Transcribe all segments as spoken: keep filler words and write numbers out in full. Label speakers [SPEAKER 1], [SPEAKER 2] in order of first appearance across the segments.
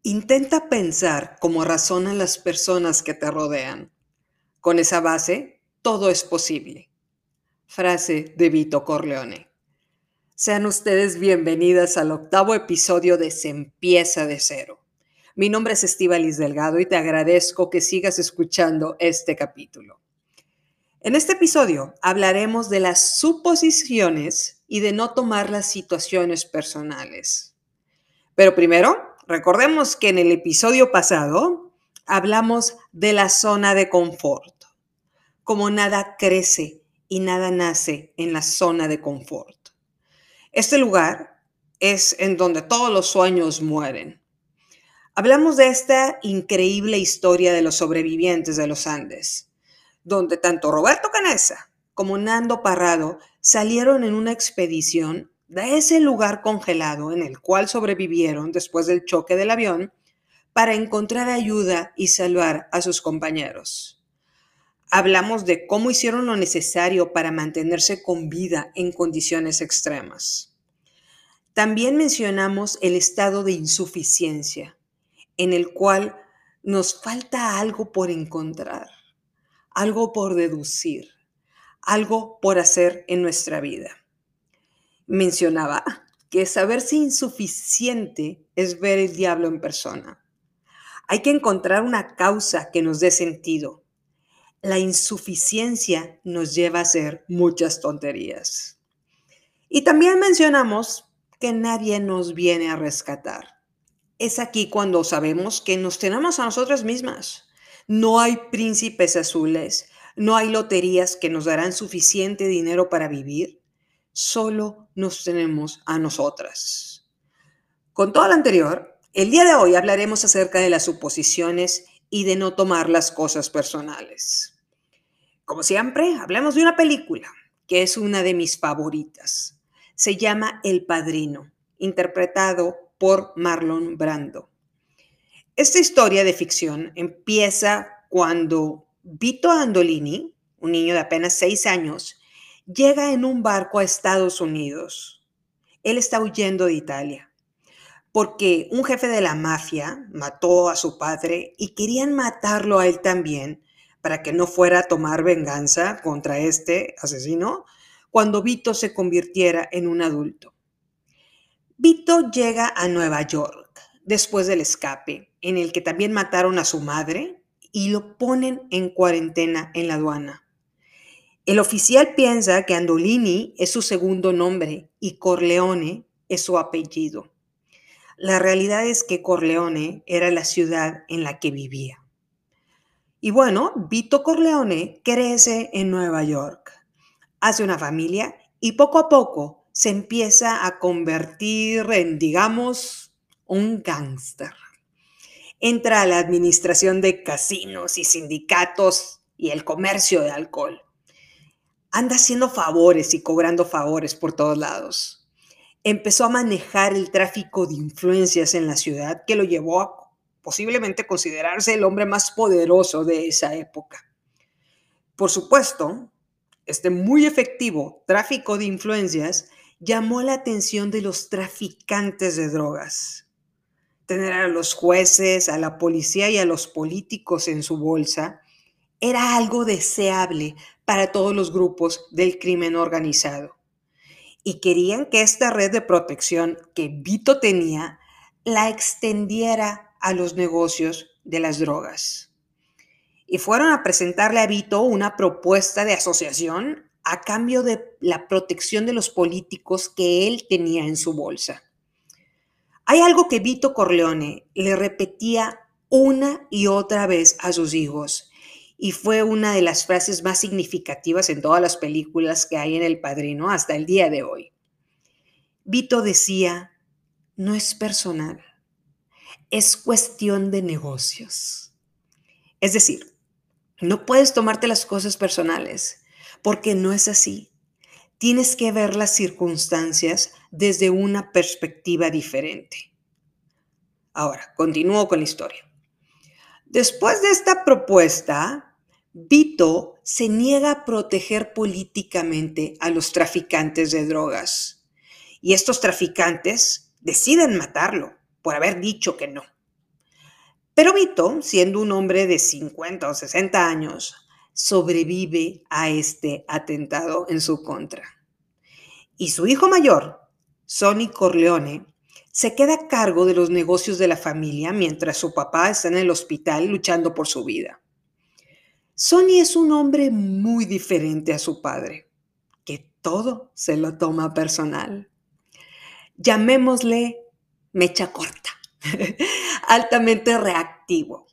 [SPEAKER 1] Intenta pensar como razonan las personas que te rodean. Con esa base, todo es posible. Frase de Vito Corleone. Sean ustedes bienvenidas al octavo episodio de Se empieza de cero. Mi nombre es Estíbaliz Delgado y te agradezco que sigas escuchando este capítulo. En este episodio hablaremos de las suposiciones y de no tomar las situaciones personales. Pero primero, recordemos que en el episodio pasado hablamos de la zona de confort, como nada crece y nada nace en la zona de confort. Este lugar es en donde todos los sueños mueren. Hablamos de esta increíble historia de los sobrevivientes de los Andes, donde tanto Roberto Canessa como Nando Parrado salieron en una expedición de ese lugar congelado en el cual sobrevivieron después del choque del avión para encontrar ayuda y salvar a sus compañeros. Hablamos de cómo hicieron lo necesario para mantenerse con vida en condiciones extremas. También mencionamos el estado de insuficiencia, en el cual nos falta algo por encontrar, algo por deducir, algo por hacer en nuestra vida. Mencionaba que saberse insuficiente es ver el diablo en persona. Hay que encontrar una causa que nos dé sentido. La insuficiencia nos lleva a hacer muchas tonterías. Y también mencionamos que nadie nos viene a rescatar. Es aquí cuando sabemos que nos tenemos a nosotras mismas. No hay príncipes azules, no hay loterías que nos darán suficiente dinero para vivir. Solo nos tenemos a nosotras. Con todo lo anterior, el día de hoy hablaremos acerca de las suposiciones y de no tomar las cosas personales. Como siempre, hablemos de una película que es una de mis favoritas. Se llama El Padrino, interpretado por Marlon Brando. Esta historia de ficción empieza cuando Vito Andolini, un niño de apenas seis años, llega en un barco a Estados Unidos. Él está huyendo de Italia porque un jefe de la mafia mató a su padre y querían matarlo a él también para que no fuera a tomar venganza contra este asesino cuando Vito se convirtiera en un adulto. Vito llega a Nueva York después del escape, en el que también mataron a su madre y lo ponen en cuarentena en la aduana. El oficial piensa que Andolini es su segundo nombre y Corleone es su apellido. La realidad es que Corleone era la ciudad en la que vivía. Y bueno, Vito Corleone crece en Nueva York, hace una familia y poco a poco se empieza a convertir en, digamos, un gángster. Entra a la administración de casinos y sindicatos y el comercio de alcohol. Anda haciendo favores y cobrando favores por todos lados. Empezó a manejar el tráfico de influencias en la ciudad que lo llevó a posiblemente considerarse el hombre más poderoso de esa época. Por supuesto, este muy efectivo tráfico de influencias llamó la atención de los traficantes de drogas. Tener a los jueces, a la policía y a los políticos en su bolsa era algo deseable para todos los grupos del crimen organizado. Y querían que esta red de protección que Vito tenía la extendiera a los negocios de las drogas. Y fueron a presentarle a Vito una propuesta de asociación a cambio de la protección de los políticos que él tenía en su bolsa. Hay algo que Vito Corleone le repetía una y otra vez a sus hijos, y fue una de las frases más significativas en todas las películas que hay en El Padrino hasta el día de hoy. Vito decía, no es personal, es cuestión de negocios. Es decir, no puedes tomarte las cosas personales, porque no es así. Tienes que ver las circunstancias desde una perspectiva diferente. Ahora, continúo con la historia. Después de esta propuesta, Vito se niega a proteger políticamente a los traficantes de drogas. Y estos traficantes deciden matarlo por haber dicho que no. Pero Vito, siendo un hombre de cincuenta o sesenta años, sobrevive a este atentado en su contra. Y su hijo mayor, Sonny Corleone, se queda a cargo de los negocios de la familia mientras su papá está en el hospital luchando por su vida. Sonny es un hombre muy diferente a su padre, que todo se lo toma personal. Llamémosle mecha corta, altamente reactivo.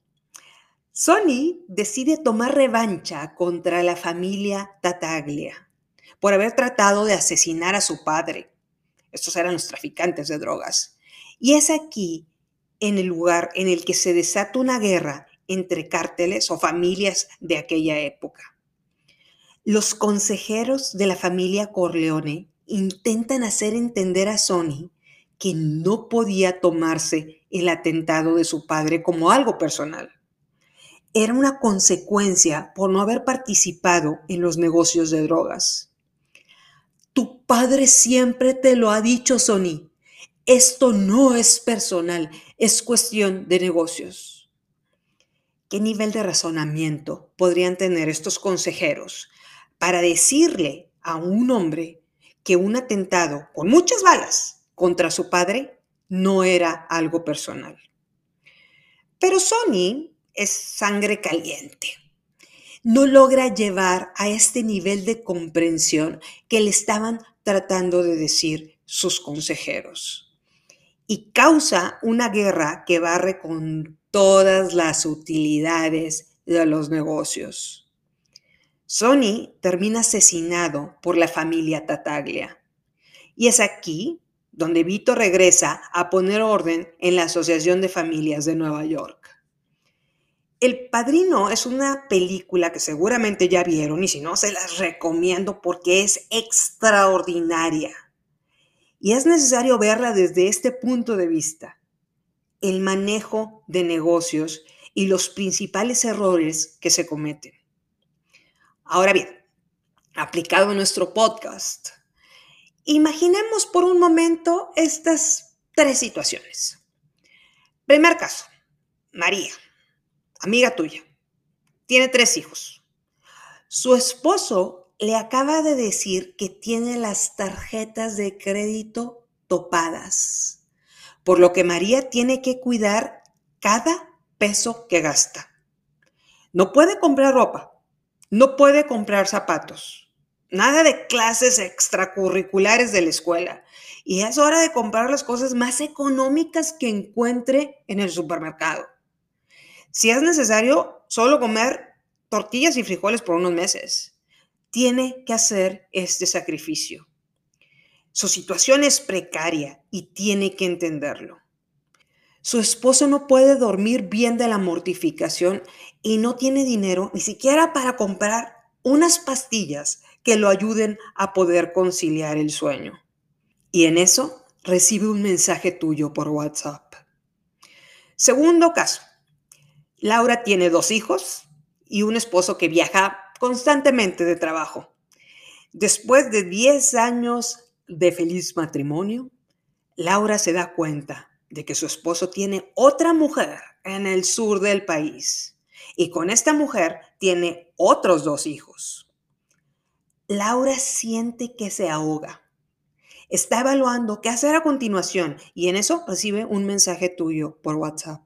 [SPEAKER 1] Sonny decide tomar revancha contra la familia Tattaglia por haber tratado de asesinar a su padre. Estos eran los traficantes de drogas. Y es aquí, en el lugar en el que se desata una guerra entre cárteles o familias de aquella época. Los consejeros de la familia Corleone intentan hacer entender a Sonny que no podía tomarse el atentado de su padre como algo personal. Era una consecuencia por no haber participado en los negocios de drogas. Tu padre siempre te lo ha dicho, Sonny. Esto no es personal, es cuestión de negocios. ¿Qué nivel de razonamiento podrían tener estos consejeros para decirle a un hombre que un atentado con muchas balas contra su padre no era algo personal? Pero Sonny es sangre caliente. No logra llevar a este nivel de comprensión que le estaban tratando de decir sus consejeros. Y causa una guerra que barre con todas las utilidades de los negocios. Sonny termina asesinado por la familia Tattaglia. Y es aquí donde Vito regresa a poner orden en la Asociación de Familias de Nueva York. El Padrino es una película que seguramente ya vieron y si no, se las recomiendo porque es extraordinaria. Y es necesario verla desde este punto de vista. El manejo de negocios y los principales errores que se cometen. Ahora bien, aplicado a nuestro podcast, imaginemos por un momento estas tres situaciones. Primer caso, María, amiga tuya, tiene tres hijos. Su esposo le acaba de decir que tiene las tarjetas de crédito topadas, por lo que María tiene que cuidar cada peso que gasta. No puede comprar ropa, no puede comprar zapatos, nada de clases extracurriculares de la escuela. Y es hora de comprar las cosas más económicas que encuentre en el supermercado. Si es necesario, solo comer tortillas y frijoles por unos meses. Tiene que hacer este sacrificio. Su situación es precaria y tiene que entenderlo. Su esposo no puede dormir bien de la mortificación y no tiene dinero ni siquiera para comprar unas pastillas que lo ayuden a poder conciliar el sueño. Y en eso recibe un mensaje tuyo por WhatsApp. Segundo caso. Laura tiene dos hijos y un esposo que viaja constantemente de trabajo. Después de diez años de feliz matrimonio, Laura se da cuenta de que su esposo tiene otra mujer en el sur del país y con esta mujer tiene otros dos hijos. Laura siente que se ahoga. Está evaluando qué hacer a continuación y en eso recibe un mensaje tuyo por WhatsApp.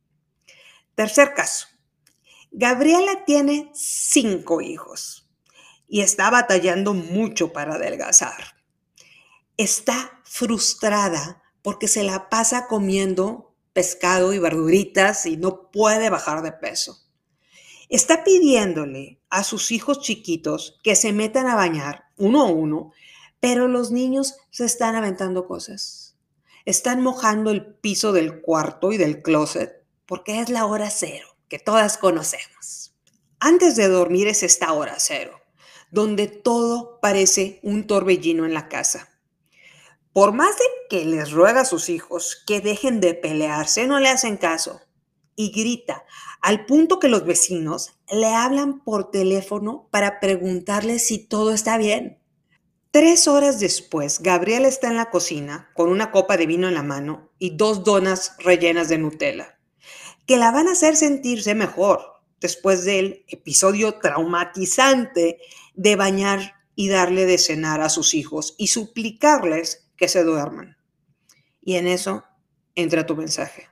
[SPEAKER 1] Tercer caso. Gabriela tiene cinco hijos y está batallando mucho para adelgazar. Está frustrada porque se la pasa comiendo pescado y verduritas y no puede bajar de peso. Está pidiéndole a sus hijos chiquitos que se metan a bañar uno a uno, pero los niños se están aventando cosas. Están mojando el piso del cuarto y del closet porque es la hora cero que todas conocemos. Antes de dormir es esta hora cero, donde todo parece un torbellino en la casa. Por más de que les ruega a sus hijos que dejen de pelearse, no le hacen caso. Y grita, al punto que los vecinos le hablan por teléfono para preguntarle si todo está bien. Tres horas después, Gabriela está en la cocina con una copa de vino en la mano y dos donas rellenas de Nutella. que la van a hacer sentirse mejor después del episodio traumatizante de bañar y darle de cenar a sus hijos y suplicarles que se duerman. Y en eso entra tu mensaje.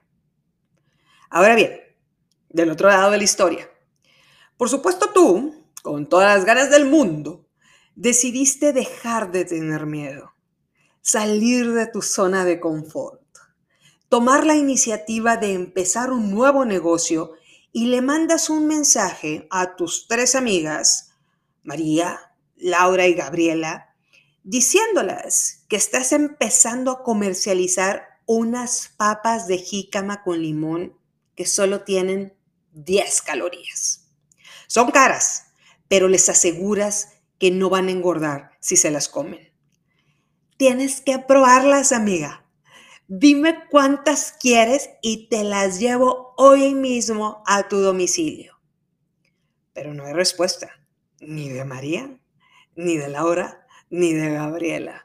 [SPEAKER 1] Ahora bien, del otro lado de la historia, por supuesto tú, con todas las ganas del mundo, decidiste dejar de tener miedo, salir de tu zona de confort, tomar la iniciativa de empezar un nuevo negocio y le mandas un mensaje a tus tres amigas, María, Laura y Gabriela, diciéndolas que estás empezando a comercializar unas papas de jícama con limón que solo tienen diez calorías. Son caras, pero les aseguras que no van a engordar si se las comen. Tienes que probarlas, amiga. Dime cuántas quieres y te las llevo hoy mismo a tu domicilio. Pero no hay respuesta, ni de María, ni de Laura, ni de Gabriela.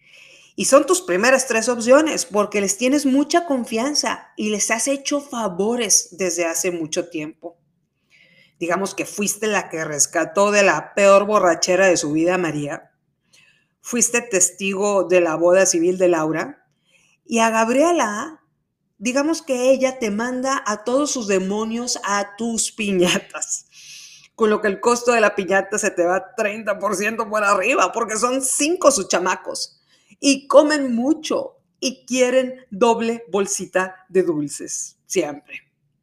[SPEAKER 1] Y son tus primeras tres opciones porque les tienes mucha confianza y les has hecho favores desde hace mucho tiempo. Digamos que fuiste la que rescató de la peor borrachera de su vida a María. Fuiste testigo de la boda civil de Laura. Y a Gabriela, digamos que ella te manda a todos sus demonios a tus piñatas. Con lo que el costo de la piñata se te va treinta por ciento por arriba, porque son cinco sus chamacos. Y comen mucho y quieren doble bolsita de dulces, siempre.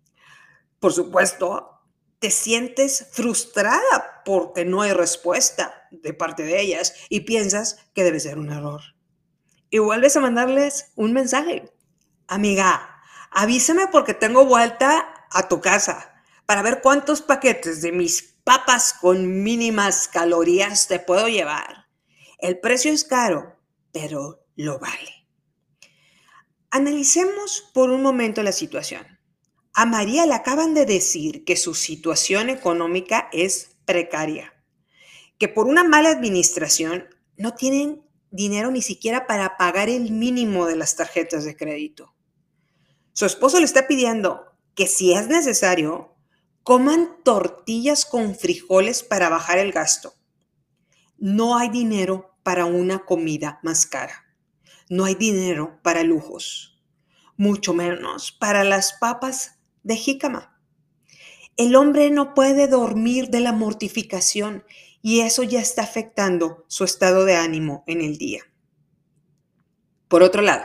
[SPEAKER 1] Por supuesto, te sientes frustrada porque no hay respuesta de parte de ellas y piensas que debe ser un error. Y vuelves a mandarles un mensaje. Amiga, avísame porque tengo vuelta a tu casa para ver cuántos paquetes de mis papas con mínimas calorías te puedo llevar. El precio es caro, pero lo vale. Analicemos por un momento la situación. A María le acaban de decir que su situación económica es precaria, que por una mala administración no tienen dinero ni siquiera para pagar el mínimo de las tarjetas de crédito. Su esposo le está pidiendo que si es necesario, coman tortillas con frijoles para bajar el gasto. No hay dinero para una comida más cara. No hay dinero para lujos, mucho menos para las papas de jícama. El hombre no puede dormir de la mortificación y eso ya está afectando su estado de ánimo en el día. Por otro lado,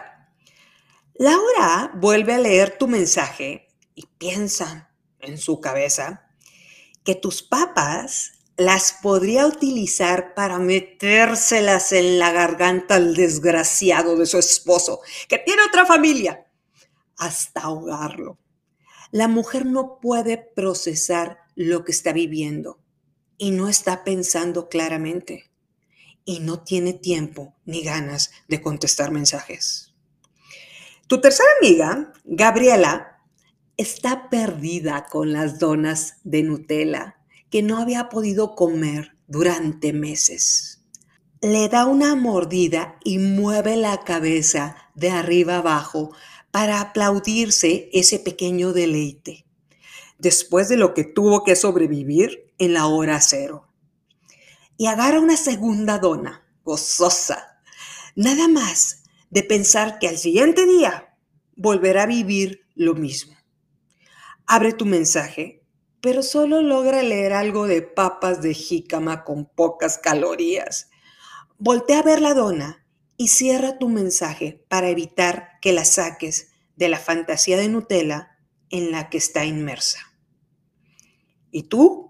[SPEAKER 1] Laura vuelve a leer tu mensaje y piensa en su cabeza que tus papas las podría utilizar para metérselas en la garganta al desgraciado de su esposo, que tiene otra familia, hasta ahogarlo. La mujer no puede procesar lo que está viviendo y no está pensando claramente y no tiene tiempo ni ganas de contestar mensajes. Tu tercera amiga, Gabriela, está perdida con las donas de Nutella que no había podido comer durante meses. Le da una mordida y mueve la cabeza de arriba abajo para aplaudirse ese pequeño deleite, después de lo que tuvo que sobrevivir en la hora cero. Y agarra una segunda dona, gozosa, nada más de pensar que al siguiente día volverá a vivir lo mismo. Abre tu mensaje, pero solo logra leer algo de papas de jícama con pocas calorías. Voltea a ver la dona y cierra tu mensaje para evitar que la saques de la fantasía de Nutella en la que está inmersa. ¿Y tú?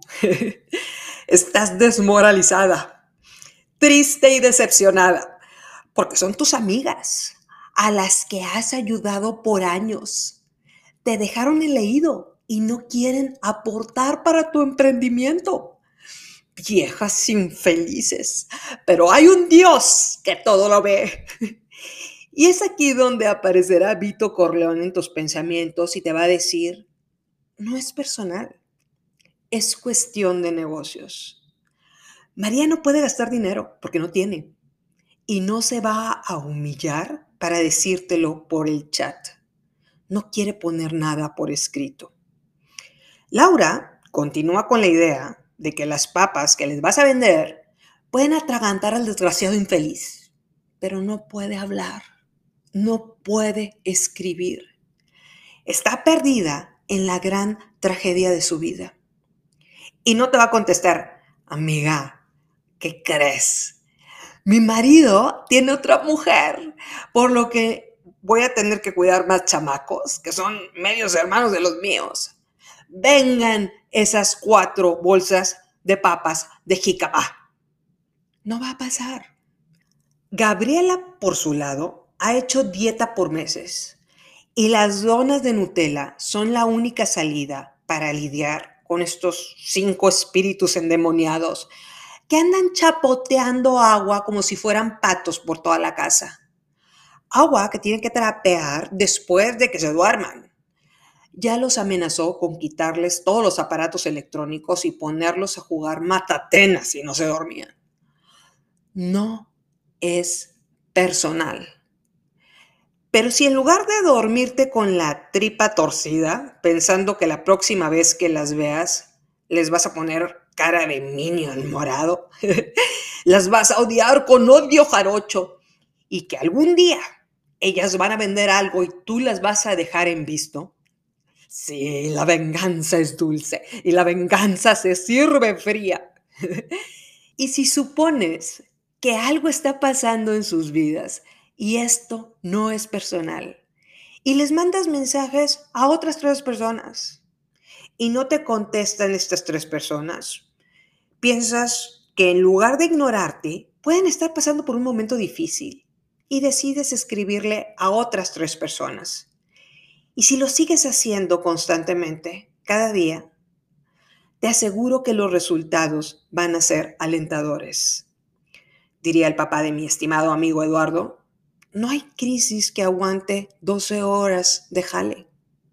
[SPEAKER 1] Estás desmoralizada, triste y decepcionada, porque son tus amigas a las que has ayudado por años. Te dejaron el leído y no quieren aportar para tu emprendimiento. Viejas infelices, pero hay un Dios que todo lo ve. Y es aquí donde aparecerá Vito Corleone en tus pensamientos y te va a decir, no es personal, es cuestión de negocios. María no puede gastar dinero porque no tiene y no se va a humillar para decírtelo por el chat. No quiere poner nada por escrito. Laura continúa con la idea de que las papas que les vas a vender pueden atragantar al desgraciado infeliz, pero no puede hablar, no puede escribir. Está perdida en la gran tragedia de su vida. Y no te va a contestar, amiga, ¿qué crees? Mi marido tiene otra mujer, por lo que voy a tener que cuidar más chamacos, que son medios hermanos de los míos. Vengan esas cuatro bolsas de papas de jícama. No va a pasar. Gabriela, por su lado, ha hecho dieta por meses y las donas de Nutella son la única salida para lidiar con estos cinco espíritus endemoniados que andan chapoteando agua como si fueran patos por toda la casa. Agua que tienen que trapear después de que se duerman. Ya los amenazó con quitarles todos los aparatos electrónicos y ponerlos a jugar matatenas si no se dormían. No es personal. Pero si en lugar de dormirte con la tripa torcida, pensando que la próxima vez que las veas les vas a poner cara de minion morado, las vas a odiar con odio jarocho y que algún día ellas van a vender algo y tú las vas a dejar en visto. Sí, la venganza es dulce y la venganza se sirve fría. Y si supones que algo está pasando en sus vidas y esto no es personal, y les mandas mensajes a otras tres personas y no te contestan estas tres personas, piensas que en lugar de ignorarte, pueden estar pasando por un momento difícil y decides escribirle a otras tres personas. Y si lo sigues haciendo constantemente, cada día, te aseguro que los resultados van a ser alentadores. Diría el papá de mi estimado amigo Eduardo, no hay crisis que aguante doce horas de jale.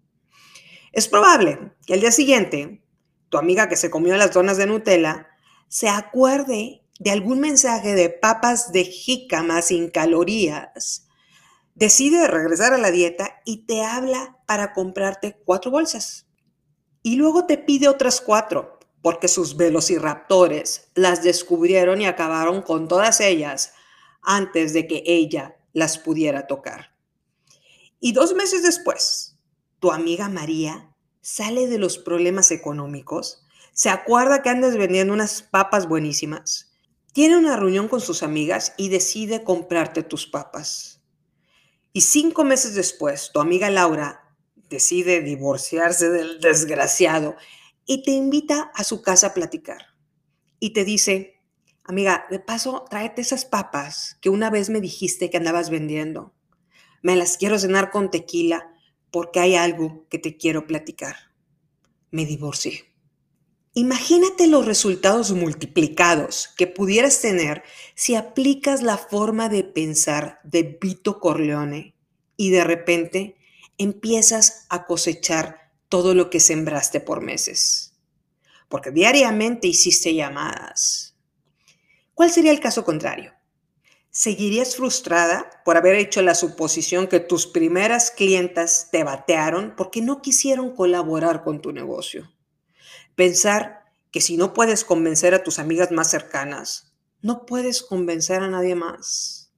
[SPEAKER 1] Es probable que al día siguiente, tu amiga que se comió las donas de Nutella se acuerde de algún mensaje de papas de jícama sin calorías, decide regresar a la dieta y te habla para comprarte cuatro bolsas. Y luego te pide otras cuatro, porque sus velociraptores las descubrieron y acabaron con todas ellas antes de que ella las pudiera tocar. Y dos meses después, tu amiga María sale de los problemas económicos, se acuerda que andas vendiendo unas papas buenísimas, tiene una reunión con sus amigas y decide comprarte tus papas. Y cinco meses después, tu amiga Laura decide divorciarse del desgraciado y te invita a su casa a platicar. Y te dice, amiga, de paso, tráete esas papas que una vez me dijiste que andabas vendiendo. Me las quiero cenar con tequila porque hay algo que te quiero platicar. Me divorcié. Imagínate los resultados multiplicados que pudieras tener si aplicas la forma de pensar de Vito Corleone y de repente empiezas a cosechar todo lo que sembraste por meses. Porque diariamente hiciste llamadas. ¿Cuál sería el caso contrario? ¿Seguirías frustrada por haber hecho la suposición que tus primeras clientas te batearon porque no quisieron colaborar con tu negocio? Pensar que si no puedes convencer a tus amigas más cercanas, no puedes convencer a nadie más.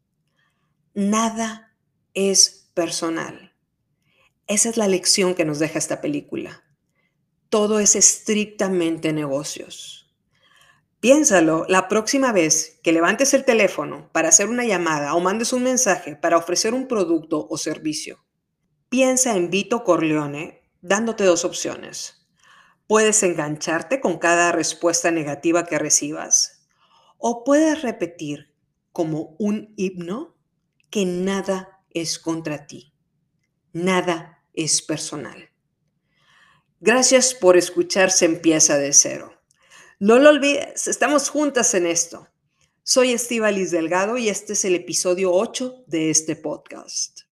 [SPEAKER 1] Nada es personal. Esa es la lección que nos deja esta película. Todo es estrictamente negocios. Piénsalo la próxima vez que levantes el teléfono para hacer una llamada o mandes un mensaje para ofrecer un producto o servicio. Piensa en Vito Corleone dándote dos opciones. Puedes engancharte con cada respuesta negativa que recibas o puedes repetir como un himno que nada es contra ti, nada es personal. Gracias por escuchar Se Empieza de Cero. No lo olvides, estamos juntas en esto. Soy Estíbaliz Delgado y este es el episodio ocho de este podcast.